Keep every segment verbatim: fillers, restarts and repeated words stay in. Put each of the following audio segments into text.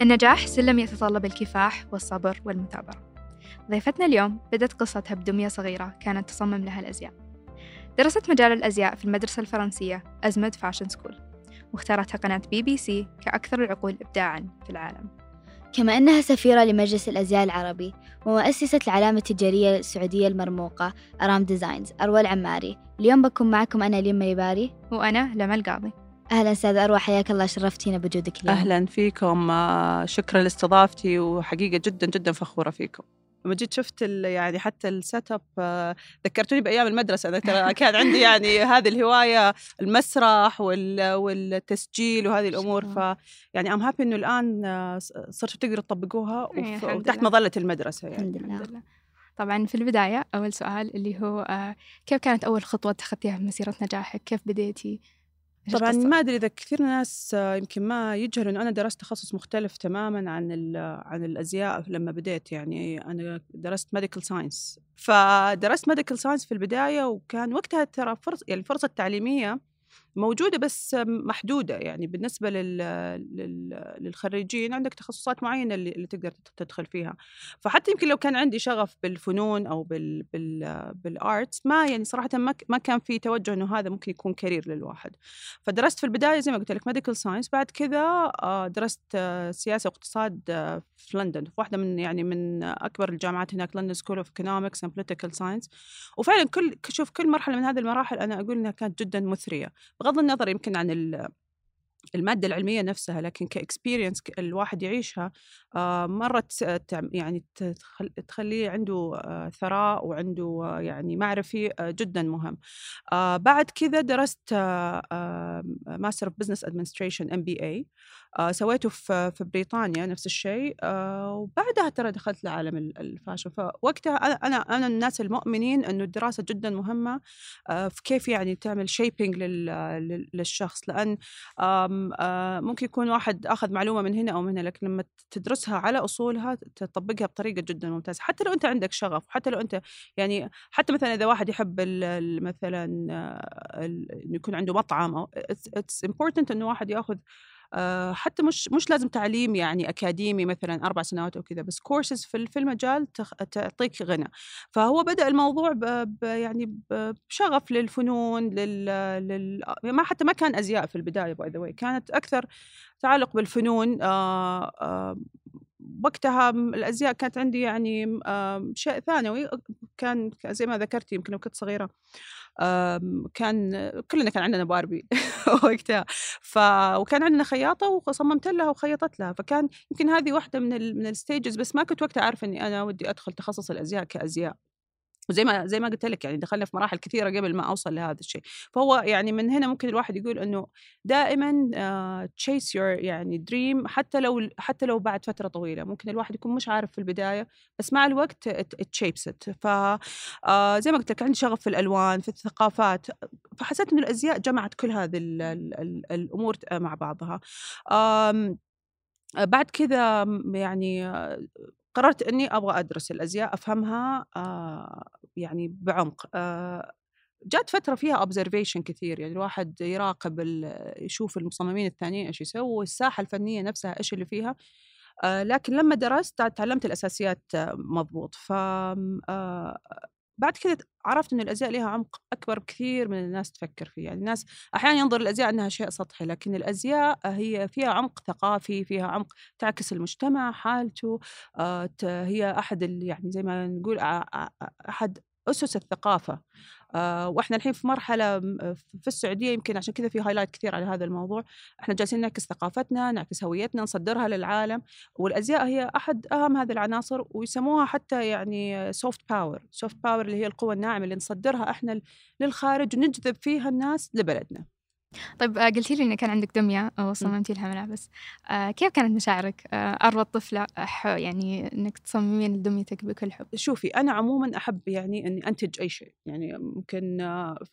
النجاح سلم يتطلب الكفاح والصبر والمثابرة. ضيفتنا اليوم بدت قصتها بدمية صغيرة كانت تصمم لها الأزياء. درست مجال الأزياء في المدرسة الفرنسية أزمد فاشن سكول، واختارتها قناة بي بي سي كأكثر العقول إبداعاً في العالم. كما أنها سفيرة لمجلس الأزياء العربي ومؤسسة العلامة التجارية السعودية المرموقة أرام ديزاينز. أروى العماري. اليوم بكون معكم أنا ليم ميباري وأنا لما القاضي. أهلا أستاذ أروى، حياك الله، شرفتينا بوجودك اليوم. أهلا فيكم، شكرا لاستضافتي، وحقيقة جدا جدا فخورة فيكم. لما جيت شفت يعني حتى السيت اب ذكرتوني بأيام المدرسة. أنا ترى كان عندي يعني هذه الهواية، المسرح والتسجيل وهذه الأمور. ف يعني أم هابي إنه الآن صرتوا تقدروا تطبقوها وتحت مظلة المدرسة. يعني الحمد لله. الحمد لله. طبعا في البداية أول سؤال اللي هو كيف كانت أول خطوة اتخذتيها في مسيرة نجاحك؟ كيف بديتي؟ طبعاً ما أدري إذا كثير ناس يمكن ما يجهلوا إنه أنا درست تخصص مختلف تماماً عن عن الأزياء. لما بديت يعني أنا درست medical science، فدرست medical science في البداية، وكان وقتها ترى فرص يعني الفرصة التعليمية موجودة بس محدودة. يعني بالنسبة لل... لل... للخريجين عندك تخصصات معينة اللي, اللي تقدر تدخل فيها. فحتى يمكن لو كان عندي شغف بالفنون أو بال... بال... بالآرتس، ما يعني صراحة ما, ك... ما كان في توجه إنه هذا ممكن يكون كارير للواحد. فدرست في البداية زي ما قلت لك ميديكال ساينس، بعد كذا درست سياسة واقتصاد في لندن، في واحدة من يعني من أكبر الجامعات هناك، لندن سكول اوف ايكونومكس اند بوليتيكال ساينس. وفعلا كل شوف كل مرحلة من هذه المراحل أنا أقول إنها كانت جدا مثرية، بغض النظر يمكن عن المادة العلمية نفسها، لكن كإكسبيرينس الواحد يعيشها مرة يعني تخليه عنده ثراء وعنده يعني معرفي جدا مهم. بعد كذا درست ماستر اوف بزنس ادمنستريشن ام بي اي، سويته في في بريطانيا نفس الشيء. وبعدها ترى دخلت لعالم الفاشن. فوقتها انا انا الناس المؤمنين انه الدراسه جدا مهمه في كيف يعني تعمل شيبينج للشخص، لان ممكن يكون واحد اخذ معلومه من هنا او من هنا، لكن لما تدرسها على اصولها تطبقها بطريقه جدا ممتازه. حتى لو انت عندك شغف، حتى لو انت يعني حتى مثلا اذا واحد يحب مثلا انه يكون عنده مطعم، او اتس امبورتنت انه واحد ياخذ Uh, حتى مش مش لازم تعليم يعني أكاديمي مثلا أربع سنوات أو كذا، بس كورسز في في المجال تعطيك غنى. فهو بدأ الموضوع ب ب يعني بشغف للفنون، لل, لل ما حتى ما كان أزياء في البداية باي ذا واي، كانت أكثر تعلق بالفنون. uh, uh, وقتها الأزياء كانت عندي يعني شيء ثانوي، كان زي ما ذكرت يمكن كنت صغيرة كان كلنا كان عندنا باربي وقتها. ف وكان عندنا خياطة وصممت لها وخيطت لها، فكان يمكن هذه واحدة من ال من الستيجز. بس ما كنت وقتها أعرف إني أنا ودي أدخل تخصص الأزياء كأزياء، وزي ما زي ما قلت لك يعني دخلنا في مراحل كثيرة قبل ما أوصل لهذا الشيء. فهو يعني من هنا ممكن الواحد يقول إنه دائما uh, chase your يعني dream، حتى لو حتى لو بعد فترة طويلة. ممكن الواحد يكون مش عارف في البداية، بس مع الوقت it, it shapes it. ف uh, زي ما قلت لك عندي شغف في الألوان، في الثقافات، فحسيت إنه الأزياء جمعت كل هذه ال ال ال الأمور مع بعضها. um, بعد كذا يعني قررت أني أبغى أدرس الأزياء، أفهمها آه يعني بعمق. آه جات فترة فيها observation كثير، يعني الواحد يراقب يشوف المصممين الثانيين إيش يسووا، الساحة الفنية نفسها إيش اللي فيها. آه لكن لما درست تعلمت الأساسيات مضبوط. ف آه بعد كده عرفت إن الأزياء لها عمق أكبر بكثير من الناس تفكر فيه. يعني الناس أحيانا ينظر الأزياء أنها شيء سطحي، لكن الأزياء هي فيها عمق ثقافي، فيها عمق تعكس المجتمع حالته. آه هي أحد يعني زي ما نقول أحد أسس الثقافة. آه وإحنا الحين في مرحلة في السعودية، يمكن عشان كذا في هايلايت كثير على هذا الموضوع. إحنا جالسين نعكس ثقافتنا، نعكس هويتنا، نصدرها للعالم، والأزياء هي أحد أهم هذه العناصر. ويسموها حتى يعني soft power soft power اللي هي القوة الناعمة اللي نصدرها إحنا للخارج ونجذب فيها الناس لبلدنا. طيب قلتي لي إن كان عندك دمية أو صممتي لها ملابس، آه كيف كانت مشاعرك؟ آه أروى الطفلة يعني إنك تصممين دميتك بكل حب. شوفي أنا عموما أحب يعني إني أنتج أي شيء. يعني ممكن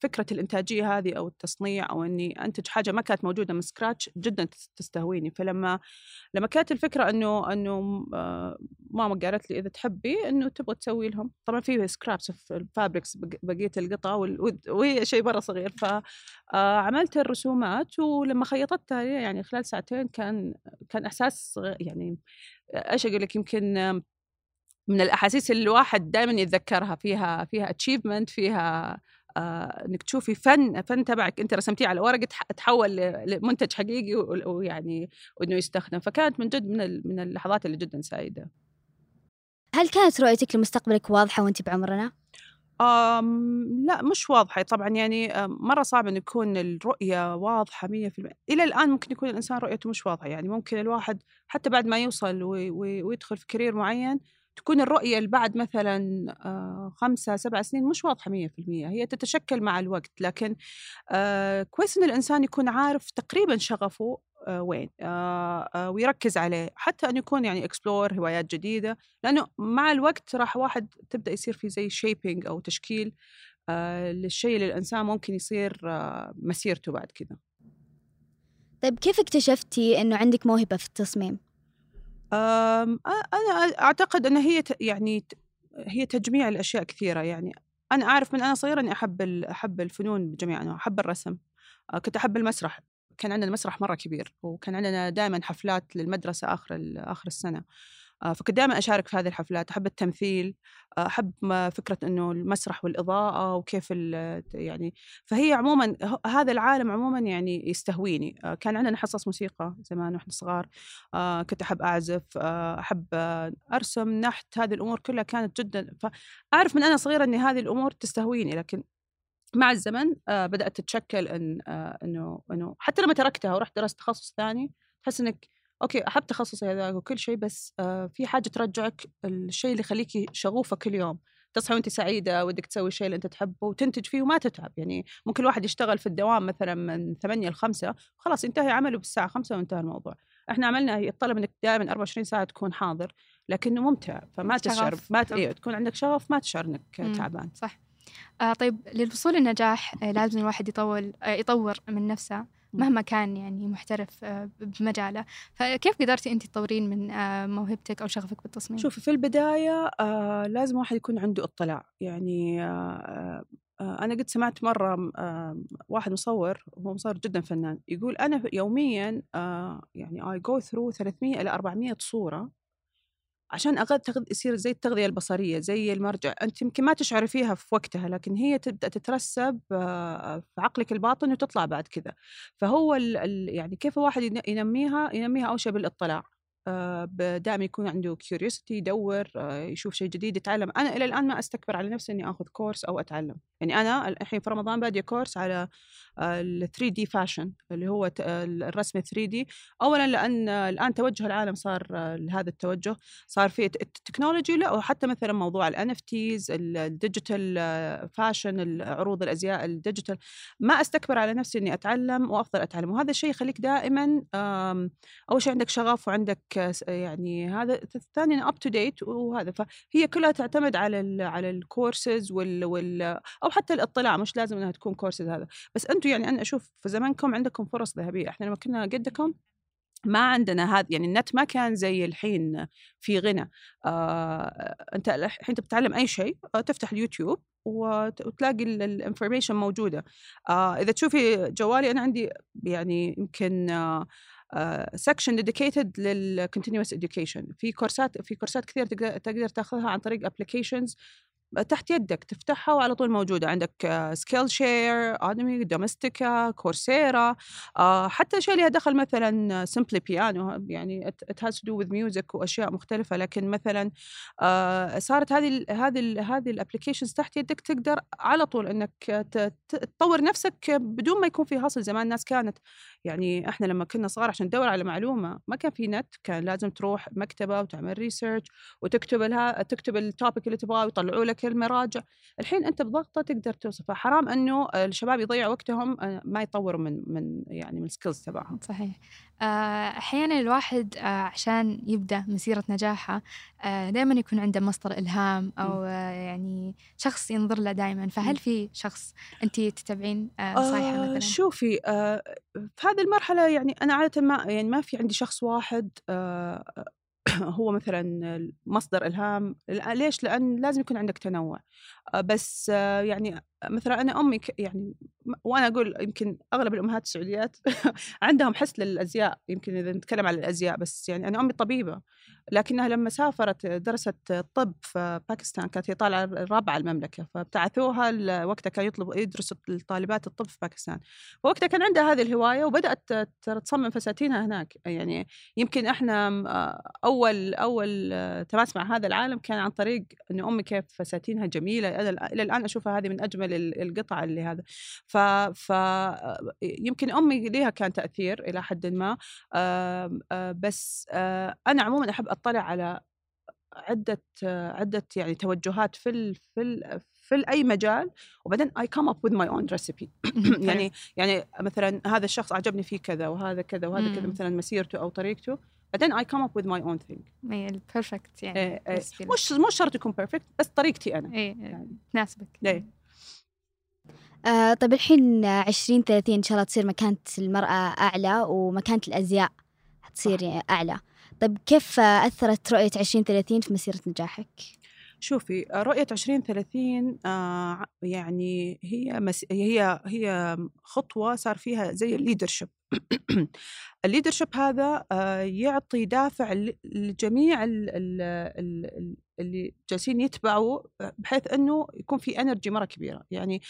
فكرة الإنتاجية هذه أو التصنيع أو إني أنتج حاجة ما كانت موجودة من سكراتش جدا تستهويني. فلما لما كانت الفكرة إنه إنه آه ماما قالت لي إذا تحبي إنه تبغى تسوي لهم، طبعا في سكرابس في الفابريكس بقية القطع وهي شيء مرة صغير، فعملت الرسومات ولما خيطتها يعني خلال ساعتين كان كان إحساس يعني إيش أقول لك، يمكن من الأحاسيس اللي الواحد دائما يتذكرها، فيها فيها achievement، فيها آه إنك تشوفي فن فن تبعك أنت رسمتيه على ورقة تحول لمنتج حقيقي ويعني وإنه يستخدم. فكانت من جد من من اللحظات اللي جدا سعيدة. هل كانت رؤيتك لمستقبلك واضحة وأنت بعمرنا؟ أم لا مش واضحة طبعا، يعني مرة صعب أن يكون الرؤية واضحة مية في المية. إلى الآن ممكن يكون الإنسان رؤيته مش واضحة، يعني ممكن الواحد حتى بعد ما يوصل ويدخل في كارير معين تكون الرؤية اللي بعد مثلا آه خمسة سبع سنين مش واضحة مية في المية، هي تتشكل مع الوقت. لكن آه كويس إن الإنسان يكون عارف تقريبا شغفه آه وين آه آه ويركز عليه، حتى أن يكون يعني إكسبلور هوايات جديدة، لأنه مع الوقت راح واحد تبدأ يصير في زي شيبينج أو تشكيل آه للشيء اللي الإنسان ممكن يصير آه مسيرته بعد كذا. طيب كيف اكتشفتي إنه عندك موهبة في التصميم؟ أنا أعتقد أن هي يعني هي تجميع الأشياء كثيرة. يعني أنا أعرف من أنا صغيرة أني أحب أحب الفنون بجميع أنواعها، أحب الرسم، كنت أحب المسرح، كان عندنا مسرح مرة كبير وكان عندنا دائما حفلات للمدرسة آخر آخر السنة، فكنت دائما أشارك في هذه الحفلات. أحب التمثيل، أحب فكرة إنه المسرح والإضاءة وكيف يعني، فهي عموما هذا العالم عموما يعني يستهويني. كان عندنا حصص موسيقى زمان وإحنا صغار، كنت أحب أعزف، أحب أرسم، نحت، هذه الأمور كلها كانت جدا، فأعرف من أنا صغيرة إن هذه الأمور تستهويني. لكن مع الزمن بدأت تتشكل إن إنه إنه حتى لما تركتها ورحت درست تخصص ثاني تحس إنك أوكي أحب تخصصي هذا وكل شيء، بس آه في حاجة ترجعك الشيء اللي يخليكي شغوفة كل يوم، تصحي وأنت سعيدة ودك تسوي الشيء اللي أنت تحبه وتنتج فيه وما تتعب. يعني ممكن الواحد يشتغل في الدوام مثلا من ثمانية لخمسة خلاص ينتهي عمله بالساعة خمسة وانتهى الموضوع. إحنا عملنا يتطلب إنك دائما أربعة وعشرين ساعة تكون حاضر، لكنه ممتع، فما تشعر ما ت... إيه تكون عندك شغف، ما تشعر إنك تعبان. صح. آه طيب للوصول للنجاح آه لازم الواحد يطول آه يطور من نفسه مهما كان يعني محترف آه بمجاله، فكيف قدرتي أنت تطورين من آه موهبتك أو شغفك بالتصميم؟ شوفي في البداية آه لازم واحد يكون عنده اطلاع. يعني آه آه أنا قد سمعت مرة آه واحد مصور، هو مصور جدا فنان، يقول أنا يوميا آه يعني I go through ثلاثمية إلى أربعمية صورة عشان أغذي يصير زي التغذية البصرية، زي المرجع. أنت يمكن ما تشعري فيها في وقتها، لكن هي تبدأ تترسب في عقلك الباطن وتطلع بعد كذا. فهو ال ال يعني كيف الواحد ينميها؟ ينميها أول شيء بالاطلاع، دائما يكون عنده curiosity، يدور يشوف شيء جديد، يتعلم. أنا إلى الآن ما أستكبر على نفسي إني أخذ كورس أو أتعلم. يعني أنا الحين في رمضان بادي كورس على ال ثري دي فاشن اللي هو الرسم ثري دي. أولا لأن الآن توجه العالم صار لهذا التوجه، صار في التكنولوجي، لا وحتى مثلا موضوع ال إن إف تيز، الديجيتال فاشن، العروض الأزياء الديجيتال. ما أستكبر على نفسي إني أتعلم وأفضل أتعلم، وهذا الشيء يخليك دائما أول شيء عندك شغف وعندك يعني هذا. الثاني up to date، وهذا فهي كلها تعتمد على ال على الكورسز وال وال أو حتى الاطلاع، مش لازم إنها تكون كورسز هذا بس. أنتوا يعني أنا أشوف في زمانكم عندكم فرص ذهبية. إحنا لما كنا قدكم ما عندنا هذا، يعني النت ما كان زي الحين في غنى. آه، أنت الحين تتعلم أي شيء تفتح اليوتيوب وتلاقي الانفورميشن موجودة. آه، إذا تشوفي جوالي أنا عندي يعني يمكن آه سكشن uh, dedicated لل continuous education. في كورسات في كورسات كثير تقدر, تقدر تاخذها عن طريق applications تحت يدك، تفتحها وعلى طول موجودة عندك. سكيل شير، أدمي، دومستيكا، كورسيرا، آه حتى أشياء لها دخل مثلا سيمبلي بيانو، يعني it has to do with music وأشياء مختلفة. لكن مثلا آه صارت هذه هذه هذه الابلكيشنز تحت يدك، تقدر على طول إنك تطور نفسك بدون ما يكون في هاصل. زمان الناس كانت يعني إحنا لما كنا صغار عشان ندور على معلومة ما كان في نت، كان لازم تروح مكتبة وتعمل ريسيرش وتكتب لها تكتب التوبيك اللي تبغاه ويطلعوا لك كلمة راجع. الحين أنت بضغطة تقدر توصف. فحرام إنه الشباب يضيعوا وقتهم ما يطوروا من من يعني من السكيلز تبعهم. صحيح. أحيانا الواحد عشان يبدأ مسيرة نجاحه دائما يكون عنده مصدر إلهام أو يعني شخص ينظر له دائما. فهل في شخص أنت تتبعين نصايحه مثلا؟ شوفي في هذه المرحلة يعني أنا عادة ما يعني ما في عندي شخص واحد هو مثلا مصدر إلهام. ليش؟ لأن لازم يكون عندك تنوع. بس يعني مثلا أنا أمي يعني وأنا أقول يمكن أغلب الأمهات السعوديات عندهم حس للأزياء. يمكن إذا نتكلم على الأزياء بس يعني أنا أمي طبيبة، لكنها لما سافرت درست طب في باكستان كانت هي طالعة رابعة المملكة، فابتعثوها وقتها كان يطلب يدرسوا الطالبات الطب في باكستان. ووقتها كان عندها هذه الهواية وبدأت تصمم فساتينها هناك. يعني يمكن إحنا أول أول تماس مع هذا العالم كان عن طريق إن أمي كيف فساتينها جميلة. أنا إلى الآن أشوفها هذه من أجمل القطع اللي هذا. ف ف يمكن أمي ليها كان تأثير إلى حد ما. بس أنا عموما أحب أطلع على عدة عدة يعني توجهات في ال في ال في أي مجال، وبعدين I come up with my own recipe. يعني يعني مثلا هذا الشخص عجبني فيه كذا وهذا كذا وهذا كذا مثلا مسيرته أو طريقته، بعدين I come up with my own thing. إيه البرفكت يعني. إيه إيه مش مش شرط يكون perfect بس طريقتي أنا. إيه يعني تناسبك. إيه. آه طيب الحين عشرين ثلاثين إن شاء الله تصير مكانة المرأة أعلى ومكانة الأزياء تصير صح. أعلى. طيب كيف أثرت رؤية عشرين ثلاثين في مسيرة نجاحك؟ شوفي رؤية عشرين ثلاثين آه يعني هي مس... هي هي خطوة صار فيها زي الليدرشيب. الليدرشيب هذا آه يعطي دافع لجميع ال ال ال اللي جالسين يتبعوا، بحيث أنه يكون في انرجي مرة كبيرة. يعني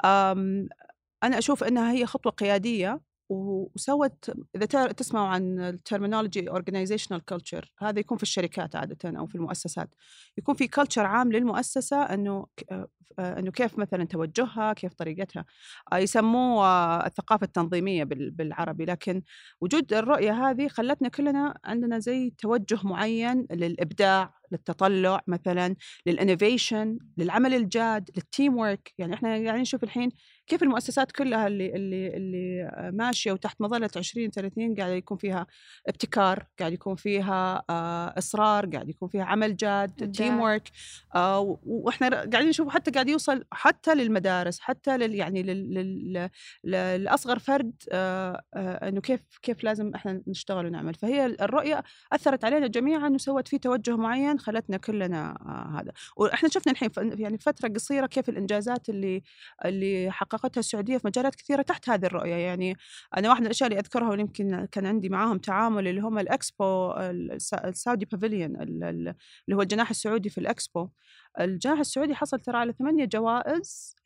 أنا أشوف أنها هي خطوة قيادية، وسوت إذا تسمعوا عن الترمينولوجي organizational culture، هذا يكون في الشركات عادة أو في المؤسسات، يكون في culture عام للمؤسسة أنه أنه كيف مثلا توجهها، كيف طريقتها، يسموه الثقافة التنظيمية بالعربي. لكن وجود الرؤية هذه خلتنا كلنا عندنا زي توجه معين للإبداع، للتطلع مثلا، للإنوفيشن، للعمل الجاد، للتيم ورك. يعني إحنا يعني نشوف الحين كيف المؤسسات كلها اللي اللي اللي ماشية وتحت مظلة عشرين ثلاثين قاعد يكون فيها ابتكار، قاعد يكون فيها إصرار، قاعد يكون فيها عمل جاد، تيم ورك. وإحنا قاعدين نشوف حتى قاعد يوصل حتى للمدارس، حتى لل يعني لل للأصغر فرد إنه كيف كيف لازم إحنا نشتغل ونعمل. فهي الرؤية أثرت علينا جميعا وسوت فيه توجه معين خلتنا كلنا هذا. وإحنا شفنا الحين يعني فترة قصيرة كيف الإنجازات اللي اللي حققتها السعودية في مجالات كثيرة تحت هذه الرؤية. يعني أنا واحدة من الأشياء اللي أذكرها ويمكن كان عندي معاهم تعامل اللي هم الأكسبو السعودي بافيليون اللي هو الجناح السعودي في الأكسبو. الجناح السعودي حصل ترى على ثمانية جوائز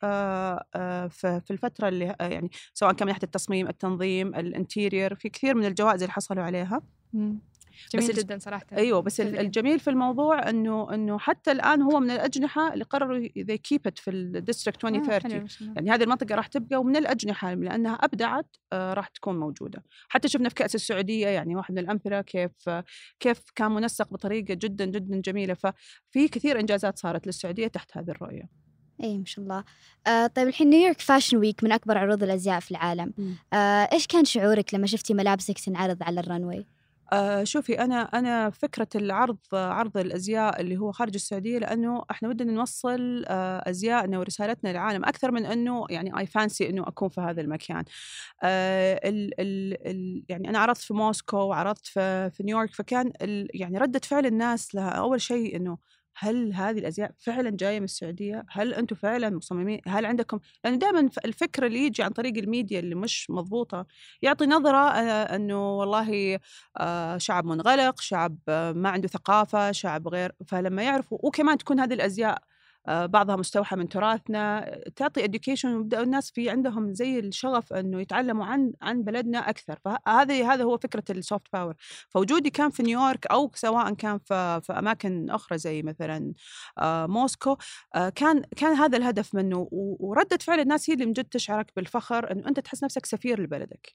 في الفترة اللي يعني سواء كان من ناحية التصميم، التنظيم، الانتيرير، في كثير من الجوائز اللي حصلوا عليها. جميل جدا صراحة. أيوة بس الجميل في الموضوع إنه إنه حتى الآن هو من الأجنحة اللي قرروا they keep it في الديستريكت عشرين ثلاثين. يعني هذه المنطقة راح تبقى ومن الأجنحة لأنها أبدعت آه راح تكون موجودة. حتى شفنا في كأس السعودية يعني واحد من الأمثلة كيف كيف كان منسق بطريقة جدا جدا جميلة. ففي كثير إنجازات صارت للسعودية تحت هذه الرؤية. اي ما شاء الله. آه طيب الحين نيويورك فاشن ويك من أكبر عروض الأزياء في العالم. آه إيش كان شعورك لما شفتي ملابسك تنعرض على الرنوي؟ آه شوفي أنا أنا فكرة العرض عرض الأزياء اللي هو خارج السعودية، لأنه إحنا بدنا نوصل آه أزياءنا ورسالتنا للعالم أكثر من أنه يعني I fancy إنه أكون في هذا المكان. آه ال ال ال يعني أنا عرضت في موسكو وعرضت في في نيويورك، فكان يعني ردة فعل الناس لها أول شيء إنه هل هذه الأزياء فعلا جاية من السعودية؟ هل أنتم فعلا مصممين؟ هل عندكم؟ لأنه دائما الفكر اللي يجي عن طريق الميديا اللي مش مضبوطة يعطي نظرة أنه والله شعب منغلق، شعب ما عنده ثقافة، شعب غير. فلما يعرفوا وكمان تكون هذه الأزياء بعضها مستوحى من تراثنا، تعطي education ويبدأ الناس في عندهم زي الشغف إنه يتعلموا عن عن بلدنا أكثر. فهذا هذا هو فكرة السوفت باور. فوجودي كان في نيويورك أو سواء كان في في أماكن أخرى زي مثلا موسكو، كان كان هذا الهدف منه. وردة فعل الناس هي اللي من جد تشعرك بالفخر إنه أنت تحس نفسك سفير لبلدك.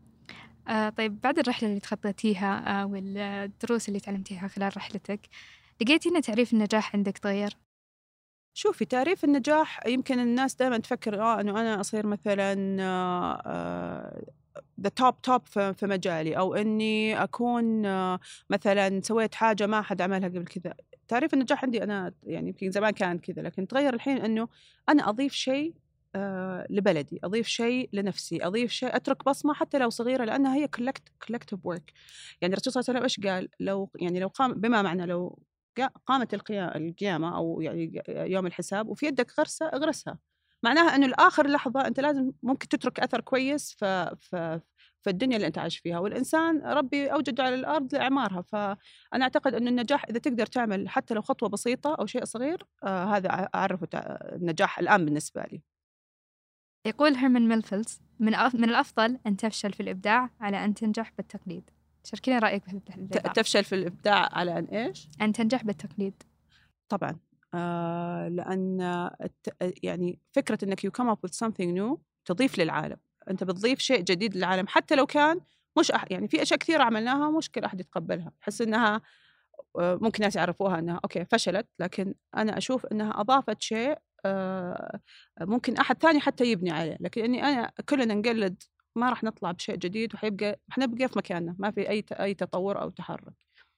آه طيب بعد الرحلة اللي تخطيتيها آه والدروس اللي تعلمتيها خلال رحلتك، لقيتي إن تعريف النجاح عندك تغير؟ شوفي، تعريف النجاح يمكن الناس دائما تفكر آه أنه أنا أصير مثلا آه the top top في في مجالي، أو إني أكون آه مثلا سويت حاجة ما حد عملها قبل كذا. تعريف النجاح عندي أنا يعني يمكن زمان كان كذا، لكن تغير الحين إنه أنا أضيف شيء آه لبلدي، أضيف شيء لنفسي، أضيف شيء، أترك بصمة حتى لو صغيرة، لأنها هي collect collective work. يعني الرسول صلى الله عليه وسلم إيش قال؟ لو يعني لو قام بما معنى لو قامت القيامة أو يعني يوم الحساب وفي يدك غرسة اغرسها، معناها أنه الآخر لحظة أنت لازم ممكن تترك أثر كويس في, في, في الدنيا اللي أنت عايش فيها. والإنسان ربي أوجد على الأرض لإعمارها، فأنا أعتقد أنه النجاح إذا تقدر تعمل حتى لو خطوة بسيطة أو شيء صغير، آه هذا أعرفه النجاح الآن بالنسبة لي. يقول هيرمان ميلفيلز من من الأفضل أن تفشل في الإبداع على أن تنجح بالتقليد. شاركيني رأيك في الإبداع. تفشل في الإبداع على أن إيش؟ أن تنجح بالتقليد. طبعاً آه لأن يعني فكرة أنك you come up with something new تضيف للعالم، أنت بتضيف شيء جديد للعالم حتى لو كان مش أح يعني في أشياء كثيرة عملناها مشكلة أحد يتقبلها، حس أنها ممكن ناس يعرفوها أنها أوكي فشلت، لكن أنا أشوف أنها أضافت شيء آه ممكن أحد ثاني حتى يبني عليه. لكن أني أنا كلنا نقلد ما راح نطلع بشيء جديد، وحيبقى حنبقى في مكاننا، ما في أي أي تطور أو تحرك.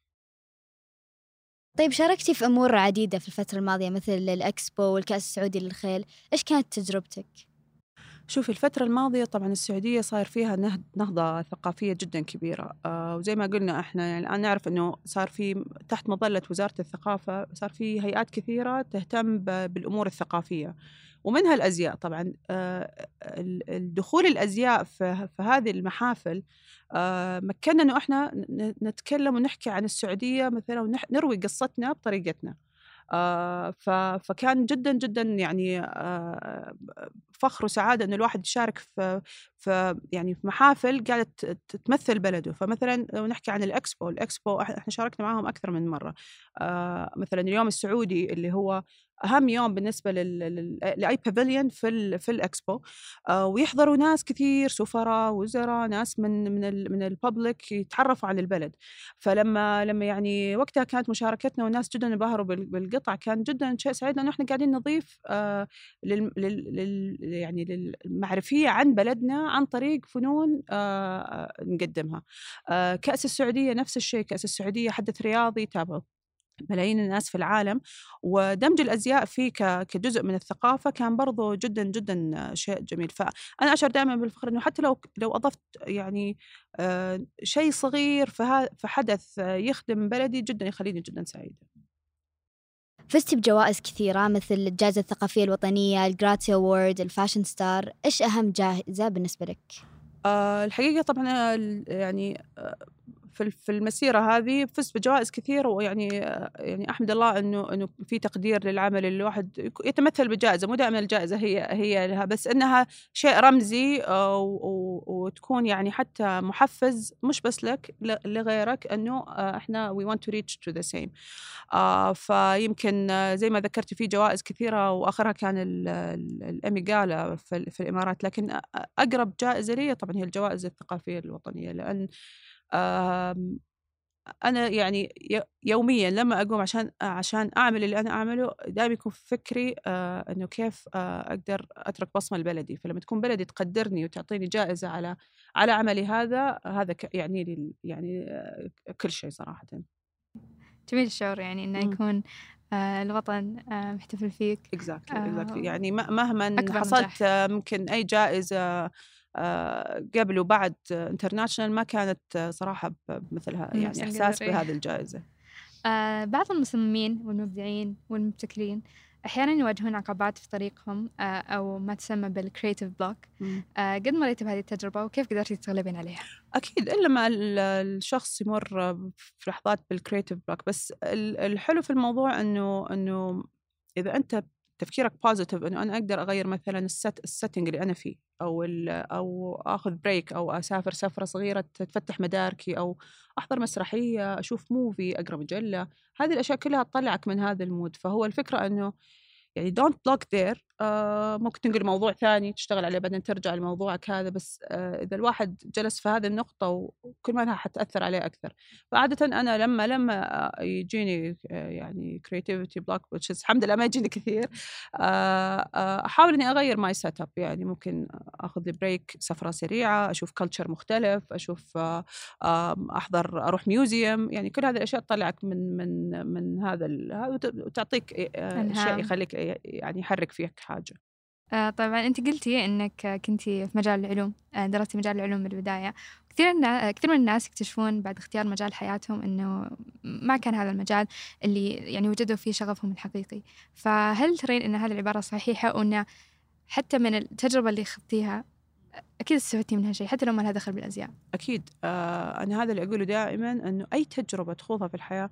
طيب شاركتي في أمور عديدة في الفترة الماضية مثل الأكسبو والكأس السعودي للخيل، إيش كانت تجربتك؟ شوفي، الفترة الماضية طبعاً السعودية صار فيها نهضة ثقافية جداً كبيرة، آه وزي ما قلنا إحنا يعني الآن نعرف إنه صار في تحت مظلة وزارة الثقافة صار في هيئات كثيرة تهتم بالأمور الثقافية، ومنها الأزياء. طبعاً آه الدخول الأزياء في, في هذه المحافل آه مكننا إنه إحنا نتكلم ونحكي عن السعودية مثلاً ونروي قصتنا بطريقتنا. آه فكان جدا جدا يعني آه فخر وسعادة إنه الواحد يشارك في في يعني في محافل قاعدة تمثل بلده. فمثلا لو نحكي عن الإكسبو، الإكسبو إحنا شاركنا معهم أكثر من مرة. آه مثلا اليوم السعودي اللي هو أهم يوم بالنسبة لل... لأي بافيليون في ال... في الإكسبو، آه ويحضروا ناس كثير، سفراء، وزراء، ناس من من ال... من الببليك يتعرفوا عن البلد. فلما لما يعني وقتها كانت مشاركتنا والناس جدا انبهروا بالقطع، كان جدا شيء سعيد لأنه إحنا قاعدين نضيف آه لل... لل... لل... يعني للمعرفية عن بلدنا عن طريق فنون آه نقدمها. آه كأس السعودية نفس الشيء، كأس السعودية حدث رياضي تابعه ملايين الناس في العالم، ودمج الأزياء فيه كجزء من الثقافة كان برضو جدا جدا شيء جميل. فأنا أشعر دائما بالفخر أنه حتى لو لو أضفت يعني شيء صغير في حدث يخدم بلدي جدا يخليني جدا سعيدة. فزتي بجوائز كثيرة مثل الجائزة الثقافية الوطنية، الجراتي أوورد، الفاشن ستار، إيش أهم جائزة بالنسبة لك؟ أه الحقيقة طبعا يعني في في المسيرة هذه فزت بجوائز كثيرة، ويعني يعني أحمد الله إنه إنه في تقدير للعمل اللي الواحد يتمثل بجائزة. مو دائما الجائزة هي هي لها، بس إنها شيء رمزي وتكون يعني حتى محفز مش بس لك لغيرك، إنه إحنا we want to reach to the same. آه فيمكن زي ما ذكرت في جوائز كثيرة، وآخرها كان الإيمي جالا في, في الإمارات. لكن أقرب جائزة لي طبعا هي الجوائز الثقافية الوطنية، لأن أنا يعني يومياً لما أقوم عشان عشان أعمل اللي أنا أعمله دائما يكون فكري آه إنه كيف آه أقدر أترك بصمة لبلدي. فلما تكون بلدي تقدرني وتعطيني جائزة على على عملي هذا هذا يعني لي يعني آه كل شيء صراحة. جميل الشعور يعني إنه م. يكون آه الوطن آه محتفل فيك. exactly, exactly. يعني مهما حصلت ممكن أي جائزة آه قبل وبعد انترناشنال ما كانت صراحة بمثلها يعني إحساس بهذه الجائزة. آه بعض المصممين والمبدعين والمبتكرين أحياناً يواجهون عقبات في طريقهم آه أو ما تسمى بالكرياتيف بلوك. آه قد مريت بهذه التجربة وكيف قدرتي تتغلبين عليها؟ أكيد إلا ما الشخص يمر في لحظات بالكرياتيف بلوك، بس الحلو في الموضوع إنه إنه إذا أنت تفكيرك بوزيتيف إنه أنا أقدر أغير مثلاً الست السيتنج اللي أنا فيه، أو أو أخذ بريك، أو أسافر سفرة صغيرة تفتح مداركي، أو أحضر مسرحية، أشوف موفي، أقرأ مجلة، هذه الأشياء كلها تطلعك من هذا المود. فهو الفكرة إنه يعني don't block there. آه ممكن تنقل موضوع ثاني تشتغل عليه بعدين ترجع لموضوعك هذا، بس آه إذا الواحد جلس في هذه النقطة وكل ما لها حتأثر عليه أكثر. فعادة أنا لما لما يجيني آه يعني creativity block which is الحمد لله ما يجيني كثير، آه آه أحاول إني أغير my setup. يعني ممكن أخذ بريك، سفرة سريعة، أشوف culture مختلف، أشوف آه آه أحضر أروح ميوزيوم. يعني كل هذه الأشياء تطلعك من من من هذا هذا وتعطيك آه شيء يخليك يعني يحرك فيك حاجة. آه طبعا أنت قلتي أنك كنتي في مجال العلوم، آه درستي مجال العلوم من البداية. كثير كثير من الناس يكتشفون بعد اختيار مجال حياتهم أنه ما كان هذا المجال اللي يعني وجدوا فيه شغفهم الحقيقي. فهل ترين أن هذه العبارة صحيحة، وأن حتى من التجربة اللي خذتيها أكيد استفدتي منها شيء حتى لو ما لها دخل بالأزياء؟ أكيد. آه أنا هذا اللي أقوله دائما، أنه أي تجربة تخوضها في الحياة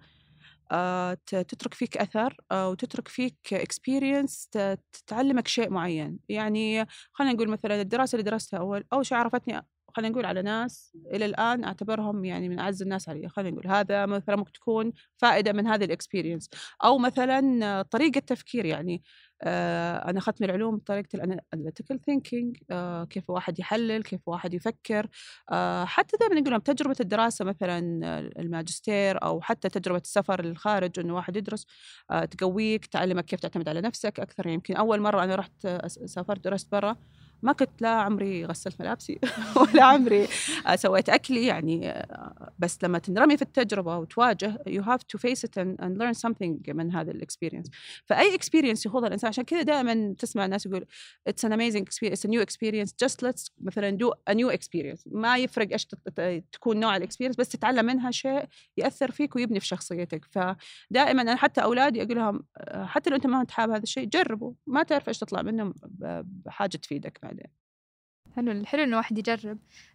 آه تترك فيك أثر آه وتترك فيك experience تعلمك شيء معين. يعني خلينا نقول مثلا الدراسة اللي درستها أول أول شيء عرفتني، خلينا نقول على ناس إلى الآن أعتبرهم يعني من أعز الناس علي. خلينا نقول هذا مثلا ممكن تكون فائدة من هذه الإكسبيرينس، أو مثلا طريقة تفكير. يعني آه أنا أخذت من العلوم طريقة الاناليتيكال ثينكينج، آه كيف واحد يحلل، كيف واحد يفكر. آه حتى دائما نقول تجربة الدراسة مثلا الماجستير أو حتى تجربة السفر للخارج، إنه واحد يدرس آه تقويك، تعلمك كيف تعتمد على نفسك أكثر. يمكن أول مرة أنا رحت سافرت درست برا ما كنت لا عمري غسلت ملابسي ولا عمري سويت أكلي. يعني بس لما تنرمي في التجربة وتواجه you have to face it and, and learn something من هذا الإكسبيرينس. فأي إكسبيرينس يخوضها الإنسان، عشان كذا دائما تسمع الناس يقول it's an amazing experience, it's a new experience, just let's مثلا do a new experience. ما يفرق إيش تكون نوع الإكسبيرينس، بس تتعلم منها شيء يأثر فيك ويبني في شخصيتك. فدائما أنا حتى أولادي أقول لهم حتى لو أنت ما تحاب هذا الشيء جربوا، ما تعرف إيش تطلع منه بحاجة تفيدك بعدين. حلو. الحلو إنه واحد يجرب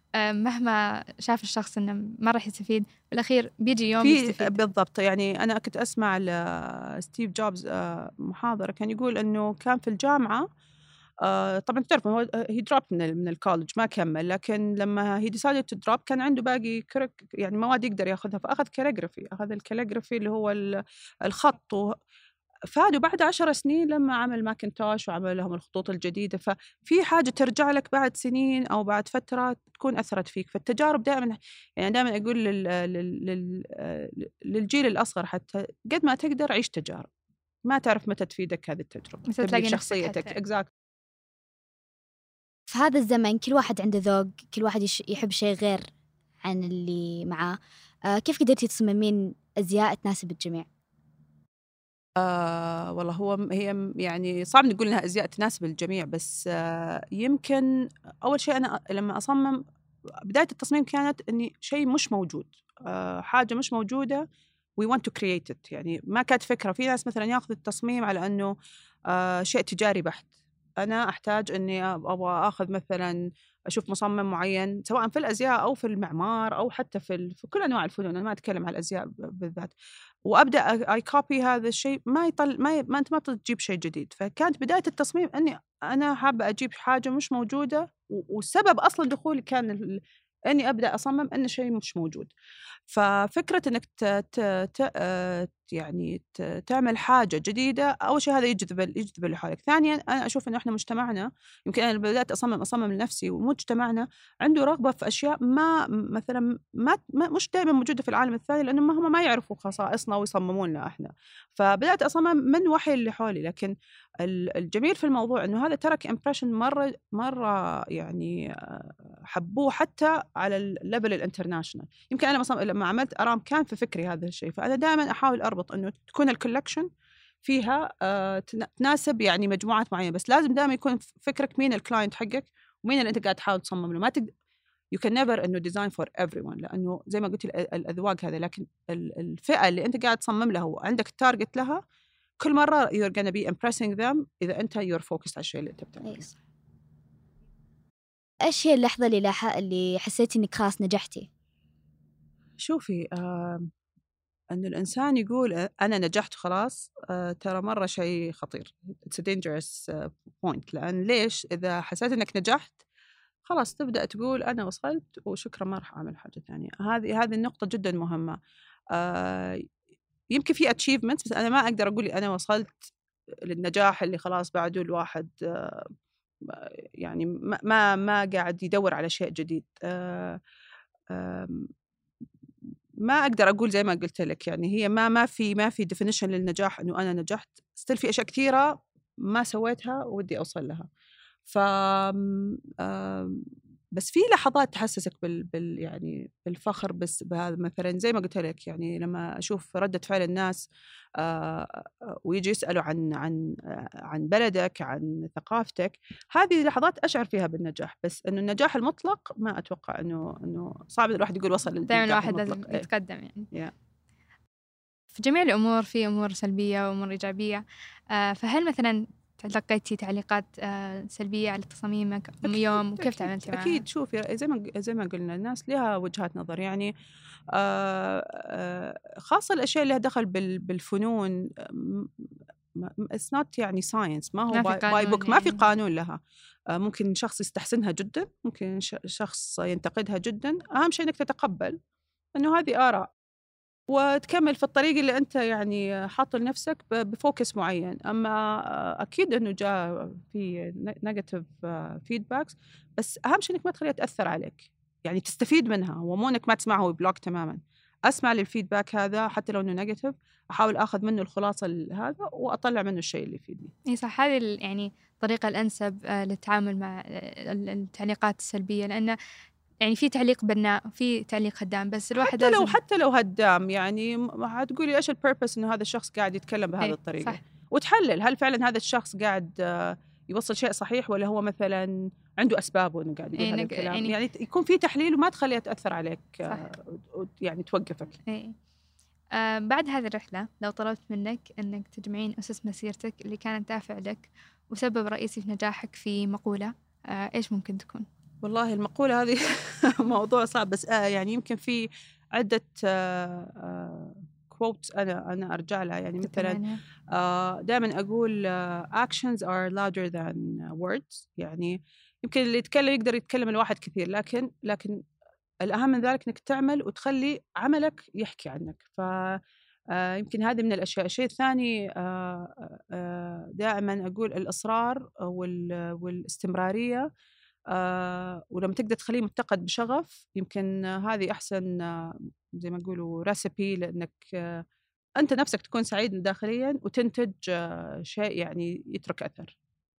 مهما شاف الشخص إنه ما راح يستفيد، بالأخير بيجي يوم يستفيد. بالضبط. يعني أنا كنت أسمع لستيف جوبز محاضرة كان يقول إنه كان في الجامعة، طبعا تعرف هو هي دروب من من الكولج ما كمل، لكن لما هي decided to drop كان عنده باقي كرك يعني مواد يقدر ياخذها، فأخذ كاليغرافي. أخذ الكاليغرافي اللي هو الخط، فادوا بعد عشر سنين لما عمل ماكنتوش وعمل لهم الخطوط الجديدة. ففي حاجة ترجع لك بعد سنين أو بعد فترة تكون أثرت فيك. فالتجارب دائما يعني دائما أقول لل... لل... للجيل الأصغر حتى قد ما تقدر عيش تجارب، ما تعرف متى تفيدك هذه التجربة، تلاقي شخصيتك. exactly. في هذا الزمن كل واحد عنده ذوق، كل واحد يحب شيء غير عن اللي معاه. آه كيف قدرتي تصممين أزياء تناسب الجميع؟ آه والله هو هي يعني صعب نقول إنها أزياء تناسب الجميع، بس آه يمكن أول شيء أنا لما أصمم بداية التصميم كانت إني شيء مش موجود، آه حاجة مش موجودة we want to create it. يعني ما كانت فكرة. في ناس مثلا يأخذ التصميم على أنه آه شيء تجاري بحت. أنا أحتاج أني أبغى أخذ مثلا أشوف مصمم معين سواء في الأزياء أو في المعمار أو حتى في, في كل أنواع الفنون. أنا ما أتكلم على الأزياء بالذات، وأبدأ أي كوبي هذا الشيء ما يطل ما, ي... ما أنت ما تجيب شيء جديد. فكانت بداية التصميم أني أنا حابة أجيب حاجة مش موجودة، والسبب أصلا دخولي كان ال... أني أبدأ أصمم أن شيء مش موجود. ففكرة أنك ت... ت... ت... يعني ت... تعمل حاجة جديدة، أول شيء هذا يجذب يجذب اللي حولك. ثانيا أنا أشوف أنه إحنا مجتمعنا، يمكن أنا بدأت أصمم أصمم لنفسي، ومجتمعنا عنده رغبة في أشياء ما مثلا ما, ما مش دائما موجودة في العالم الثاني، لأنه ما هم ما يعرفوا خصائصنا ويصممون لنا إحنا. فبدأت أصمم من وحي اللي حولي. لكن الجميل في الموضوع أنه هذا ترك إمبريشن مرة مرة يعني حبوه حتى على الليفل الانترناشنال. يمكن أنا مثلا لما عملت أرام كان في فكري هذا الشيء. فأنا دائما أحاول أربط أنه تكون الكولكشن فيها آه تناسب يعني مجموعات معينة، بس لازم دائما يكون فكرك مين الكلاينت حقك ومين اللي أنت قاعد تحاول تصمم له. ما تقدر you can never إنه design for everyone، لأنه زي ما قلت الأذواق هذا، لكن الفئة اللي أنت قاعد تصمم لها وعندك تارجت لها كل مرة you're gonna be impressing them إذا أنت you're focused على الشيء اللي أنت بتعمله. إيش هي اللحظة اللي لاح... اللي حسيتي إنك خلاص نجحتي؟ شوفي آه أن الإنسان يقول أنا نجحت خلاص، آه ترى مرة شيء خطير. it's a dangerous point. لأن ليش؟ إذا حسيت إنك نجحت خلاص تبدأ تقول أنا وصلت وشكرا ما راح أعمل حاجة ثانية. هذه هذه النقطة جدا مهمة. آه يمكن في achievements، بس أنا ما أقدر أقول أنا وصلت للنجاح اللي خلاص بعده الواحد آه يعني ما ما ما قاعد يدور على شيء جديد. آه آه ما أقدر أقول زي ما قلت لك، يعني هي ما ما في ما في definition للنجاح إنه أنا نجحت. ستيل في أشياء كثيرة ما سويتها ودي أوصل لها. ف بس في لحظات تحسسك بال, بال يعني بالفخر. بس بهذا مثلا زي ما قلت لك، يعني لما أشوف ردة فعل الناس ويجي يسألوا عن عن عن بلدك، عن ثقافتك، هذه لحظات أشعر فيها بالنجاح. بس إنه النجاح المطلق ما أتوقع إنه إنه صعب الواحد يقول وصل للنجاح دائما الواحد المطلق. لازم يتقدم يعني. yeah. في جميع الأمور في أمور سلبية وأمور إيجابية. آه فهل مثلا تلقيتي تعليقات آه سلبية على تصاميمك يوم وكيف تعاملتي معها؟ أكيد. شوفي زي ما زي ما قلنا الناس لها وجهات نظر، يعني آه آه خاصة الأشياء اللي لها دخل بالفنون. it's not يعني science، ما هو باي بوك، ما في قانون لها. آه ممكن شخص يستحسنها جدا، ممكن شخص ينتقدها جدا. أهم شيء إنك تتقبل إنه هذه آراء وتكمل في الطريق اللي أنت يعني حاط لنفسك بفوكس معين. أما أكيد أنه جاء في نيجاتيف فيدباكس، بس أهم شيء أنك ما تخليها تأثر عليك، يعني تستفيد منها، ومو أنك ما تسمعه وبلوك تماما. أسمع للفيدباك هذا حتى لو أنه نيجاتيف، أحاول أخذ منه الخلاصة هذا وأطلع منه الشيء اللي يفيدني. إيه صح، هذه يعني الطريقة الأنسب للتعامل مع التعليقات السلبية، لأنه يعني في تعليق بناء، في تعليق هدام، بس الواحد حتى لو لازم... حتى لو هدام، يعني هتقولي إيش البيربس إنه هذا الشخص قاعد يتكلم بهذه الطريقة. صح. وتحلل هل فعلا هذا الشخص قاعد يوصل شيء صحيح، ولا هو مثلا عنده أسبابه إنه قاعد يقول هذا الكلام. يعني, يعني يكون في تحليل وما تخليها تأثر عليك. صح. يعني توقفك. إيه. آه بعد هذه الرحلة لو طلبت منك أنك تجمعين أسس مسيرتك اللي كانت دافع لك وسبب رئيسي في نجاحك في مقولة، آه إيش ممكن تكون؟ والله المقولة هذه موضوع صعب، بس آه يعني يمكن في عدة آه آه quotes أنا أنا أرجع لها. يعني مثلا آه دائما أقول آه actions are louder than words. يعني يمكن اللي يتكلم يقدر يتكلم الواحد كثير، لكن لكن الأهم من ذلك إنك تعمل وتخلي عملك يحكي عنك. ف آه يمكن هذه من الأشياء. الشيء الثاني آه آه دائما أقول الإصرار والاستمرارية. آه ولما تقدر تخليه متقد بشغف، يمكن آه هذه أحسن آه زي ما يقولوا ريسيبي، لأنك آه أنت نفسك تكون سعيد داخليا وتنتج آه شيء يعني يترك أثر.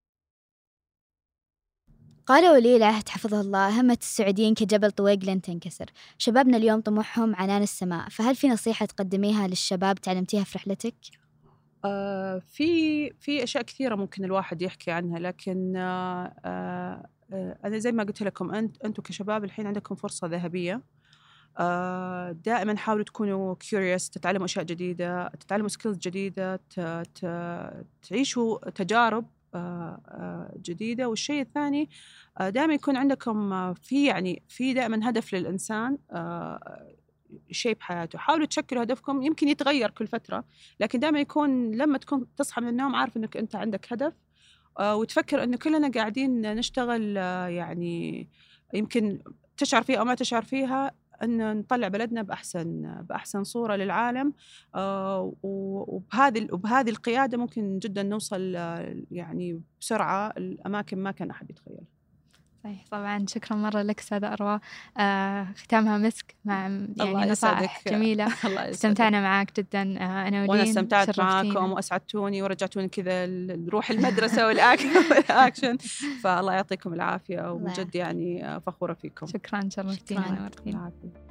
قالوا لي العهد حفظه الله: همة السعوديين كجبل طويق لن تنكسر. شبابنا اليوم طموحهم عنان السماء، فهل في نصيحة تقدميها للشباب تعلمتيها في رحلتك؟ آه في في أشياء كثيرة ممكن الواحد يحكي عنها، لكن آه آه أنا زي ما قلت لكم، أنت أنتوا كشباب الحين عندكم فرصة ذهبية. آه دائما حاولوا تكونوا curious، تتعلموا أشياء جديدة، تتعلموا skills جديدة، تعيشوا تجارب آه آه جديدة. والشيء الثاني آه دائما يكون عندكم آه في يعني في دائما هدف للإنسان آه شيء بحياته. حاولوا تشكلوا هدفكم، يمكن يتغير كل فترة، لكن دائما يكون لما تكون تصحى من النوم عارف أنك أنت عندك هدف، آه وتفكر أنه كلنا قاعدين نشتغل آه يعني يمكن تشعر فيها أو ما تشعر فيها، أن نطلع بلدنا بأحسن بأحسن صورة للعالم. آه وبهذه وبهذه القيادة ممكن جدا نوصل آه يعني بسرعة الأماكن ما كان أحد يتخيل. صحيح. طبعا شكرا مرة لك أستاذة أروى. آه ختامها مسك مع يعني نصائح جميلة. استمتعنا معاك جدا آه أنا ولين. وأنا استمتعت معاكم وأسعدتوني ورجعتوني كذا روح المدرسة والأكشن. فالله يعطيكم العافية، ومن جد يعني فخورة فيكم. شكرا، شرفتينا ونورتينا.